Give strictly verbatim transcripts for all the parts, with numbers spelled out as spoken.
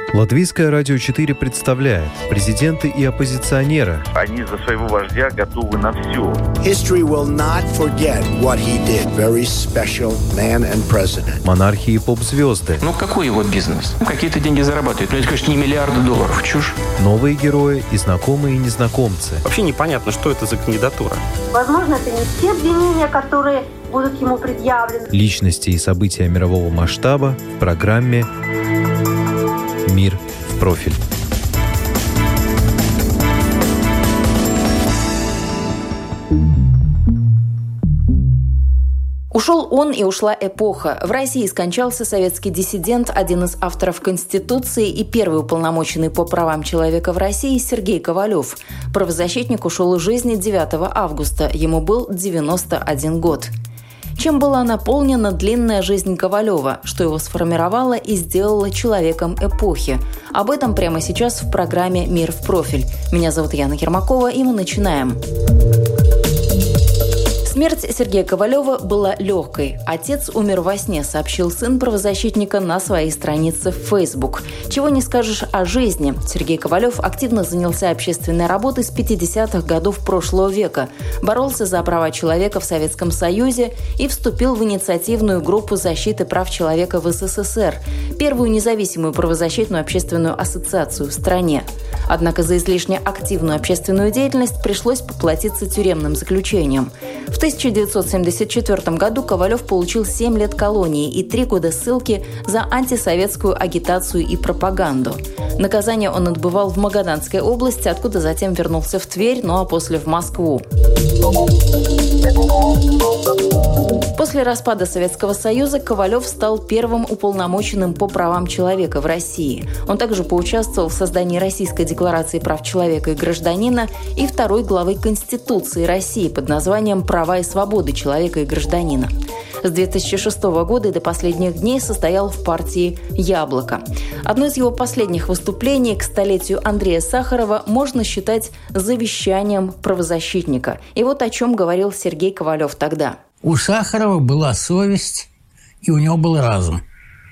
Латвийское радио четыре представляет президенты и оппозиционеры. Они за своего вождя готовы на все. History will not forget what he did. Very special man and president. Монархи и поп-звезды. Ну, какой его бизнес? Ну, какие-то деньги зарабатывают. Ну, это, конечно, не миллиарды долларов. Чушь. Новые герои и знакомые незнакомцы. Вообще непонятно, что это за кандидатура. Возможно, это не те обвинения, которые будут ему предъявлены. Личности и события мирового масштаба в программе «Мир в профиль». Ушел он, и ушла эпоха. В России скончался советский диссидент, один из авторов Конституции и первый уполномоченный по правам человека в России Сергей Ковалев. Правозащитник ушел из жизни девятого августа. Ему был девяносто один год. Чем была наполнена длинная жизнь Ковалева, что его сформировало и сделало человеком эпохи? Об этом прямо сейчас в программе «Мир в профиль». Меня зовут Яна Ермакова, и мы начинаем. Смерть Сергея Ковалева была легкой. Отец умер во сне, сообщил сын правозащитника на своей странице в Facebook. Чего не скажешь о жизни. Сергей Ковалев активно занялся общественной работой с пятидесятых годов прошлого века, боролся за права человека в Советском Союзе и вступил в инициативную группу защиты прав человека в СССР, первую независимую правозащитную общественную ассоциацию в стране. Однако за излишне активную общественную деятельность пришлось поплатиться тюремным заключением. В тысяча девятьсот семьдесят четвёртом году Ковалев получил семь лет колонии и три года ссылки за антисоветскую агитацию и пропаганду. Наказание он отбывал в Магаданской области, откуда затем вернулся в Тверь, ну а после в Москву. После распада Советского Союза Ковалев стал первым уполномоченным по правам человека в России. Он также поучаствовал в создании Российской декларации прав человека и гражданина и второй главы Конституции России под названием «Права и свободы человека и гражданина». С две тысячи шестого года и до последних дней состоял в партии «Яблоко». Одно из его последних выступлений к столетию Андрея Сахарова можно считать завещанием правозащитника. И вот о чем говорил Сергей Ковалев тогда. У Сахарова была совесть, и у него был разум.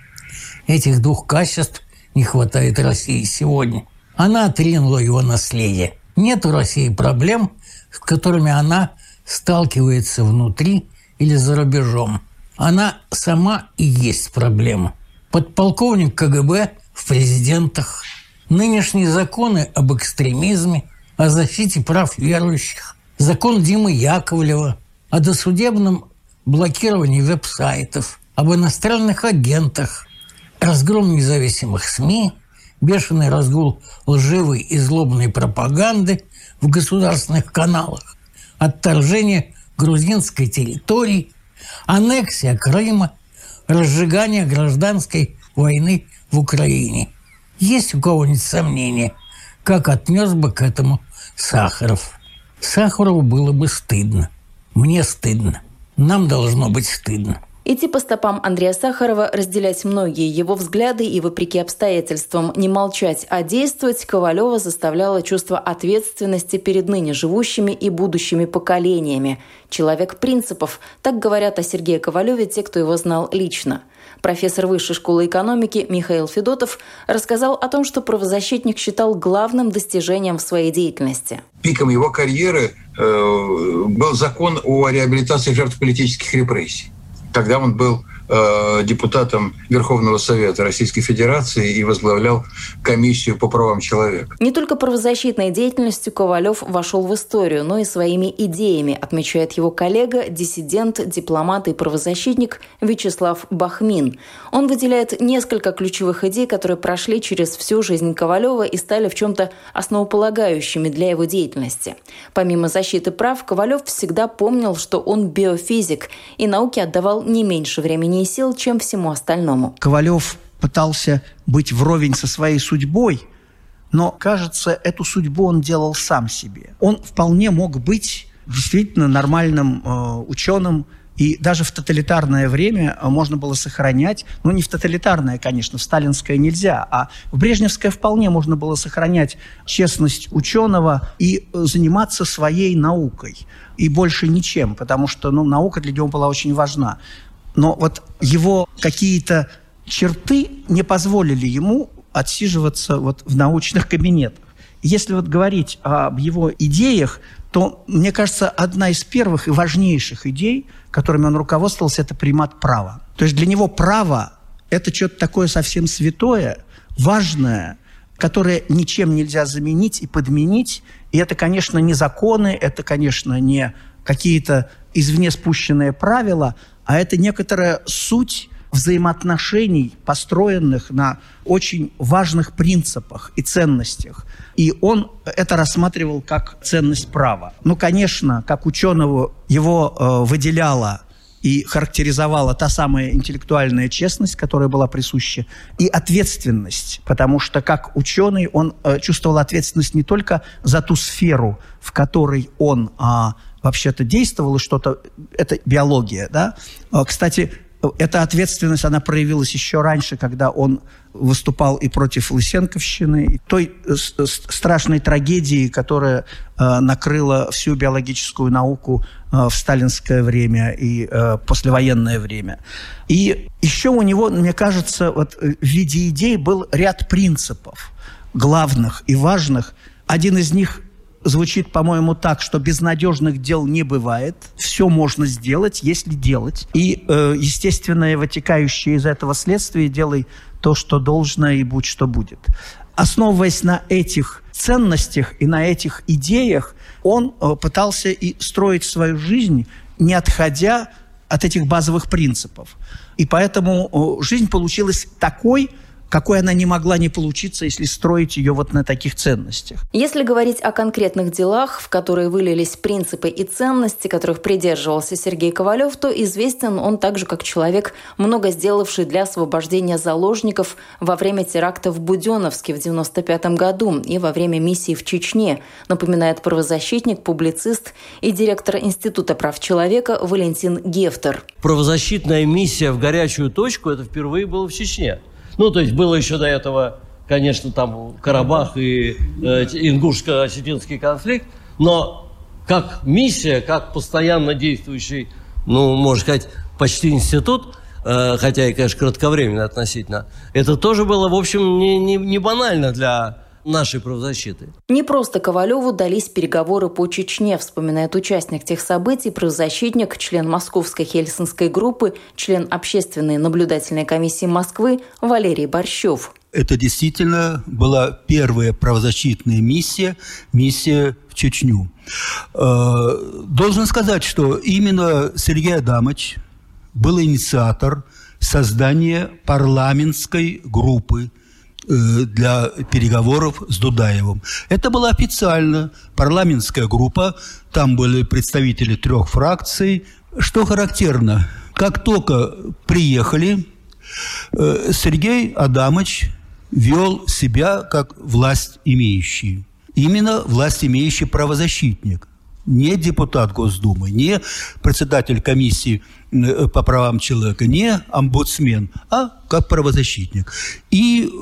Этих двух качеств не хватает России сегодня. Она отринула его наследие. Нет у России проблем, с которыми она сталкивается внутри или за рубежом. Она сама и есть проблема. Подполковник КГБ в президентах, нынешние законы об экстремизме, о защите прав верующих, закон Димы Яковлева, о досудебном блокировании веб-сайтов, об иностранных агентах, разгром независимых СМИ, бешеный разгул лживой и злобной пропаганды в государственных каналах, отторжение грузинской территории, аннексия Крыма, разжигание гражданской войны в Украине. Есть у кого-нибудь сомнения, как отнес бы к этому Сахаров? Сахарову было бы стыдно. Мне стыдно. Нам должно быть стыдно. Идти по стопам Андрея Сахарова, разделять многие его взгляды и, вопреки обстоятельствам, не молчать, а действовать, Ковалева заставляло чувство ответственности перед ныне живущими и будущими поколениями. Человек принципов, так говорят о Сергее Ковалеве те, кто его знал лично. Профессор Высшей школы экономики Михаил Федотов рассказал о том, что правозащитник считал главным достижением в своей деятельности. Пиком его карьеры э, был закон о реабилитации жертв политических репрессий. Тогда он был э, депутатом Верховного Совета Российской Федерации и возглавлял комиссию по правам человека. Не только правозащитной деятельностью Ковалев вошел в историю, но и своими идеями, отмечает его коллега, диссидент, дипломат и правозащитник Вячеслав Бахмин. Он выделяет несколько ключевых идей, которые прошли через всю жизнь Ковалева и стали в чем-то основополагающими для его деятельности. Помимо защиты прав, Ковалев всегда помнил, что он биофизик, и науке отдавал не меньше времени и сил, чем всему остальному. Ковалев пытался быть вровень со своей судьбой, но, кажется, эту судьбу он делал сам себе. Он вполне мог быть действительно нормальным э, ученым, и даже в тоталитарное время можно было сохранять, ну, не в тоталитарное, конечно, в сталинское нельзя, а в брежневское вполне можно было сохранять честность ученого и заниматься своей наукой. И больше ничем, потому что, ну, наука для него была очень важна. Но вот его какие-то черты не позволили ему отсиживаться вот в научных кабинетах. Если вот говорить об его идеях, то, мне кажется, одна из первых и важнейших идей, которыми он руководствовался, это примат права. То есть для него право – это что-то такое совсем святое, важное, которое ничем нельзя заменить и подменить. И это, конечно, не законы, это, конечно, не какие-то извне спущенные правила, а это некоторая суть взаимоотношений, построенных на очень важных принципах и ценностях. И он это рассматривал как ценность права. Ну, конечно, как ученого его э, выделяла и характеризовала та самая интеллектуальная честность, которая была присуща, и ответственность, потому что как ученый он э, чувствовал ответственность не только за ту сферу, в которой он э, вообще-то действовал, и что-то, это биология, да. Э, кстати, эта ответственность, она проявилась еще раньше, когда он выступал и против Лысенковщины, и той страшной трагедии, которая э, накрыла всю биологическую науку э, в сталинское время и э, послевоенное время. И еще у него, мне кажется, вот, в виде идей был ряд принципов главных и важных. Один из них звучит, по-моему, так, что безнадежных дел не бывает. Все можно сделать, если делать. И, э, естественное, вытекающее из этого следствие, делай то, что должно, и будь что будет. Основываясь на этих ценностях и на этих идеях, он э, пытался и строить свою жизнь, не отходя от этих базовых принципов. И поэтому э, жизнь получилась такой, какой она не могла не получиться, если строить ее вот на таких ценностях. Если говорить о конкретных делах, в которые вылились принципы и ценности, которых придерживался Сергей Ковалев, то известен он также как человек, много сделавший для освобождения заложников во время теракта в Буденновске в девяносто пятом году и во время миссии в Чечне, напоминает правозащитник, публицист и директор Института прав человека Валентин Гефтер. Правозащитная миссия в горячую точку – это впервые было в Чечне. Ну, то есть было еще до этого, конечно, там Карабах и э, ингушско-осетинский конфликт, но как миссия, как постоянно действующий, ну, можно сказать, почти институт, э, хотя и, конечно, кратковременно относительно, это тоже было, в общем, не, не, не банально для нашей правозащиты. Не просто Ковалеву дались переговоры по Чечне, вспоминает участник тех событий, правозащитник, член Московской Хельсинской группы, член Общественной наблюдательной комиссии Москвы Валерий Борщев. Это действительно была первая правозащитная миссия, миссия в Чечню. Должен сказать, что именно Сергей Адамович был инициатор создания парламентской группы для переговоров с Дудаевым. Это была официально парламентская группа, там были представители трех фракций. Что характерно, как только приехали, Сергей Адамович вел себя как власть имеющий. Именно власть имеющий правозащитник. Не депутат Госдумы, не председатель комиссии по правам человека, не омбудсмен, а как правозащитник. И э,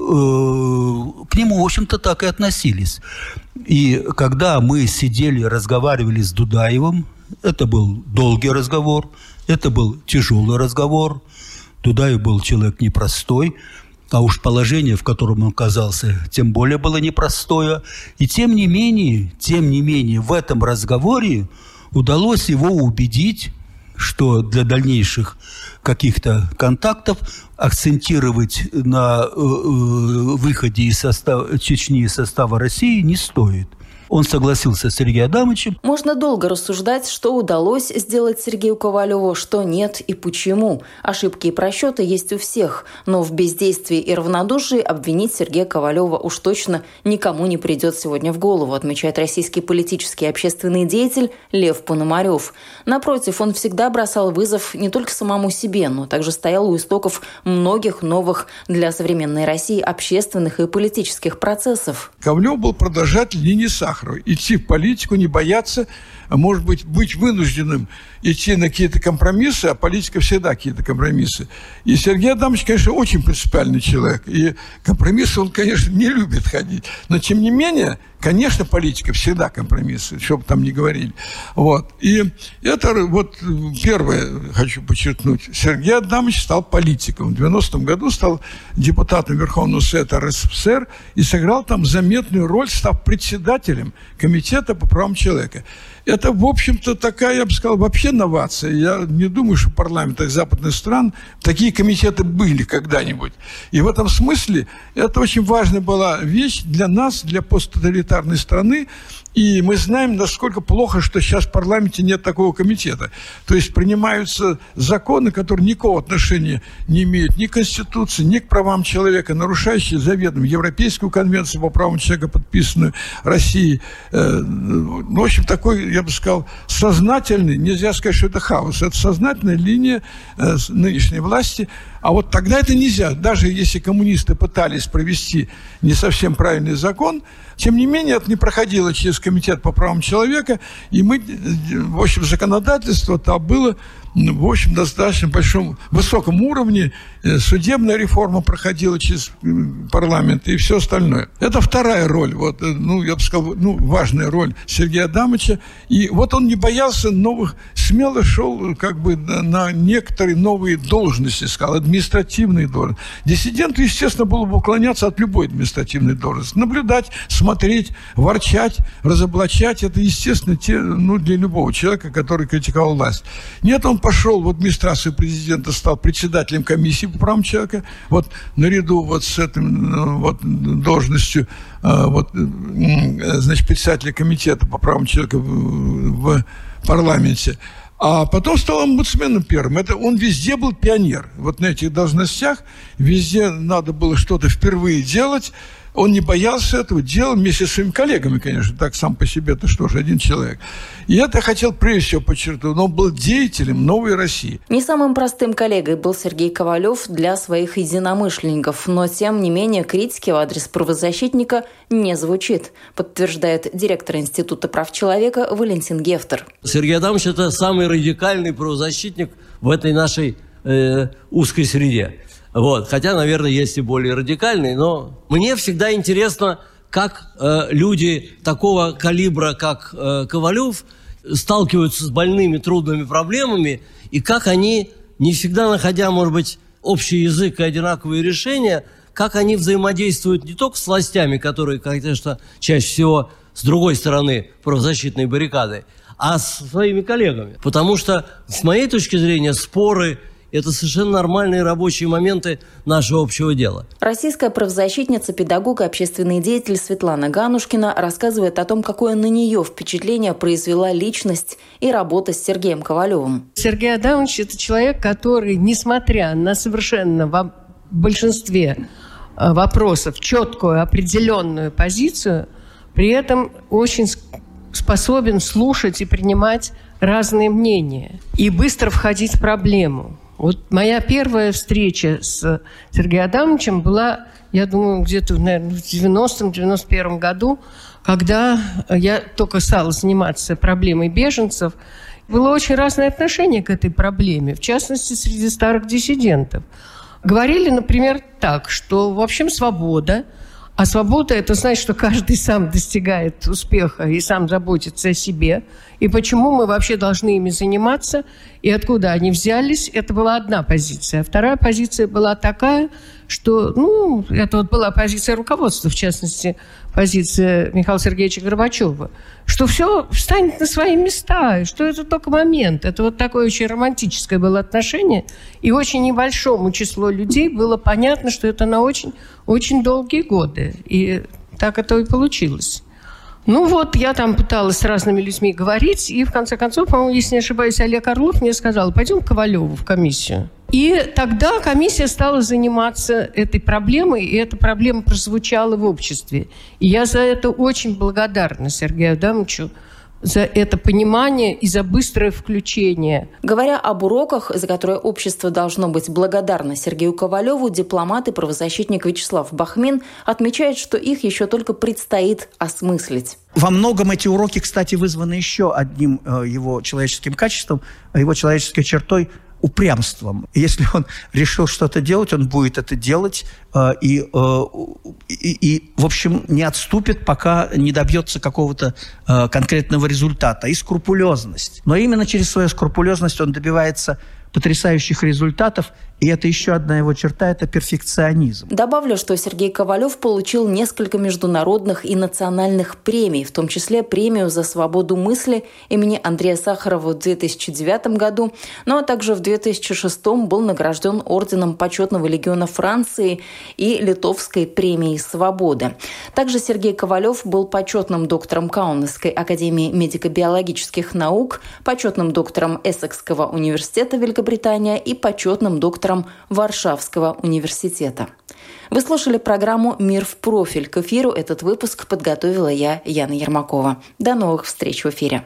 к нему, в общем-то, так и относились. И когда мы сидели, разговаривали с Дудаевым, это был долгий разговор, это был тяжелый разговор. Дудаев был человек непростой, а уж положение, в котором он оказался, тем более было непростое. И тем не менее, тем не менее, в этом разговоре удалось его убедить, что для дальнейших каких-то контактов акцентировать на э, выходе из состава, Чечни из состава России не стоит. Он согласился с Сергеем Адамовичем. Можно долго рассуждать, что удалось сделать Сергею Ковалеву, что нет и почему. Ошибки и просчеты есть у всех, но в бездействии и равнодушии обвинить Сергея Ковалева уж точно никому не придет сегодня в голову, отмечает российский политический и общественный деятель Лев Пономарев. Напротив, он всегда бросал вызов не только самому себе, но также стоял у истоков многих новых для современной России общественных и политических процессов. Ковалев был продолжатель линии Сахарова. Идти в политику, не бояться, а может быть, быть вынужденным идти на какие-то компромиссы, а политика всегда какие-то компромиссы. И Сергей Адамович, конечно, очень принципиальный человек. И компромиссы он, конечно, не любит ходить. Но, тем не менее, Конечно, политика всегда компромиссы, что бы там ни говорили. Вот. И это вот первое, хочу подчеркнуть. Сергей Адамович стал политиком. В девяностом году стал депутатом Верховного Совета РСФСР и сыграл там заметную роль, став председателем Комитета по правам человека. Это, в общем-то, такая, я бы сказал, вообще новация. Я не думаю, что в парламентах западных стран такие комитеты были когда-нибудь. И в этом смысле это очень важная была вещь для нас, для посттоталитарной страны. И мы знаем, насколько плохо, что сейчас в парламенте нет такого комитета. То есть принимаются законы, которые никакого отношения не имеют ни к Конституции, ни к правам человека, нарушающие заведомо Европейскую конвенцию по правам человека, подписанную Россией. Ну, в общем, такой, я бы сказал, сознательный, нельзя сказать, что это хаос, это сознательная линия нынешней власти. А вот тогда это нельзя. Даже если коммунисты пытались провести не совсем правильный закон, тем не менее, это не проходило через Комитет по правам человека, и мы, в общем, законодательство там было, в общем, достаточно большом, высоком уровне. Судебная реформа проходила через парламент и все остальное. Это вторая роль, вот, ну, я бы сказал, ну, важная роль Сергея Адамовича. И вот он не боялся новых, смело шел как бы на некоторые новые должности, сказал, административные должности. Диссиденту, естественно, было бы уклоняться от любой административной должности. Наблюдать, смотреть, ворчать, разоблачать, это, естественно, те, ну, для любого человека, который критиковал власть. Нет, он пошел в администрацию президента, стал председателем комиссии по правам человека, вот наряду вот с этим вот должностью вот, значит, председателя комитета по правам человека в, в парламенте. А потом стал омбудсменом первым. Это он везде был пионер. Вот на этих должностях везде надо было что-то впервые делать. Он не боялся этого, делал вместе с своими коллегами, конечно, так сам по себе, это что же, один человек. И это я хотел прежде всего подчеркнуть, но он был деятелем новой России. Не самым простым коллегой был Сергей Ковалев для своих единомышленников, но, тем не менее, критики в адрес правозащитника не звучит, подтверждает директор Института прав человека Валентин Гефтер. Сергей Адамович – это самый радикальный правозащитник в этой нашей э, узкой среде. Вот. Хотя, наверное, есть и более радикальные, но мне всегда интересно, как э, люди такого калибра, как э, Ковалев, сталкиваются с больными, трудными проблемами, и как они, не всегда находя, может быть, общий язык и одинаковые решения, как они взаимодействуют не только с властями, которые, конечно, чаще всего с другой стороны правозащитной баррикады, а с своими коллегами. Потому что, с моей точки зрения, споры – это совершенно нормальные рабочие моменты нашего общего дела. Российская правозащитница, педагог и общественный деятель Светлана Ганушкина рассказывает о том, какое на нее впечатление произвела личность и работа с Сергеем Ковалевым. Сергей Адамович – это человек, который, несмотря на совершенно в большинстве вопросов четкую определенную позицию, при этом очень способен слушать и принимать разные мнения и быстро входить в проблему. Вот моя первая встреча с Сергеем Адамовичем была, я думаю, где-то, наверное, в девяностом — девяносто первом году, когда я только стала заниматься проблемой беженцев. Было очень разное отношение к этой проблеме, в частности, среди старых диссидентов. Говорили, например, так, что, в общем, свобода, а свобода – это значит, что каждый сам достигает успеха и сам заботится о себе. И почему мы вообще должны ими заниматься, и откуда они взялись, это была одна позиция. А вторая позиция была такая, что, ну, это вот была позиция руководства, в частности, позиция Михаила Сергеевича Горбачева, что все встанет на свои места, и что это только момент. Это вот такое очень романтическое было отношение, и очень небольшому числу людей было понятно, что это на очень, очень долгие годы. И так это и получилось. Ну вот, я там пыталась с разными людьми говорить, и в конце концов, по-моему, если не ошибаюсь, Олег Орлов мне сказал: пойдем к Ковалеву в комиссию. И тогда комиссия стала заниматься этой проблемой, и эта проблема прозвучала в обществе. И я за это очень благодарна Сергею Адамовичу, за это понимание и за быстрое включение. Говоря об уроках, за которые общество должно быть благодарно Сергею Ковалеву, дипломат и правозащитник Вячеслав Бахмин отмечает, что их еще только предстоит осмыслить. Во многом эти уроки, кстати, вызваны еще одним э, его человеческим качеством, его человеческой чертой. упрямством. Если он решил что-то делать, он будет это делать э, и, э, и, и, в общем, не отступит, пока не добьется какого-то э, конкретного результата. И скрупулезность. Но именно через свою скрупулезность он добивается потрясающих результатов, и это еще одна его черта – это перфекционизм. Добавлю, что Сергей Ковалев получил несколько международных и национальных премий, в том числе премию за свободу мысли имени Андрея Сахарова в две тысячи девятом году, ну а также в две тысячи шестом был награжден орденом Почетного легиона Франции и Литовской премией свободы. Также Сергей Ковалев был почетным доктором Каунасской академии медико-биологических наук, почетным доктором Эссекского университета Великобритания и почетным доктором Варшавского университета. Вы слушали программу «Мир в профиль». К эфиру этот выпуск подготовила я, Яна Ермакова. До новых встреч в эфире.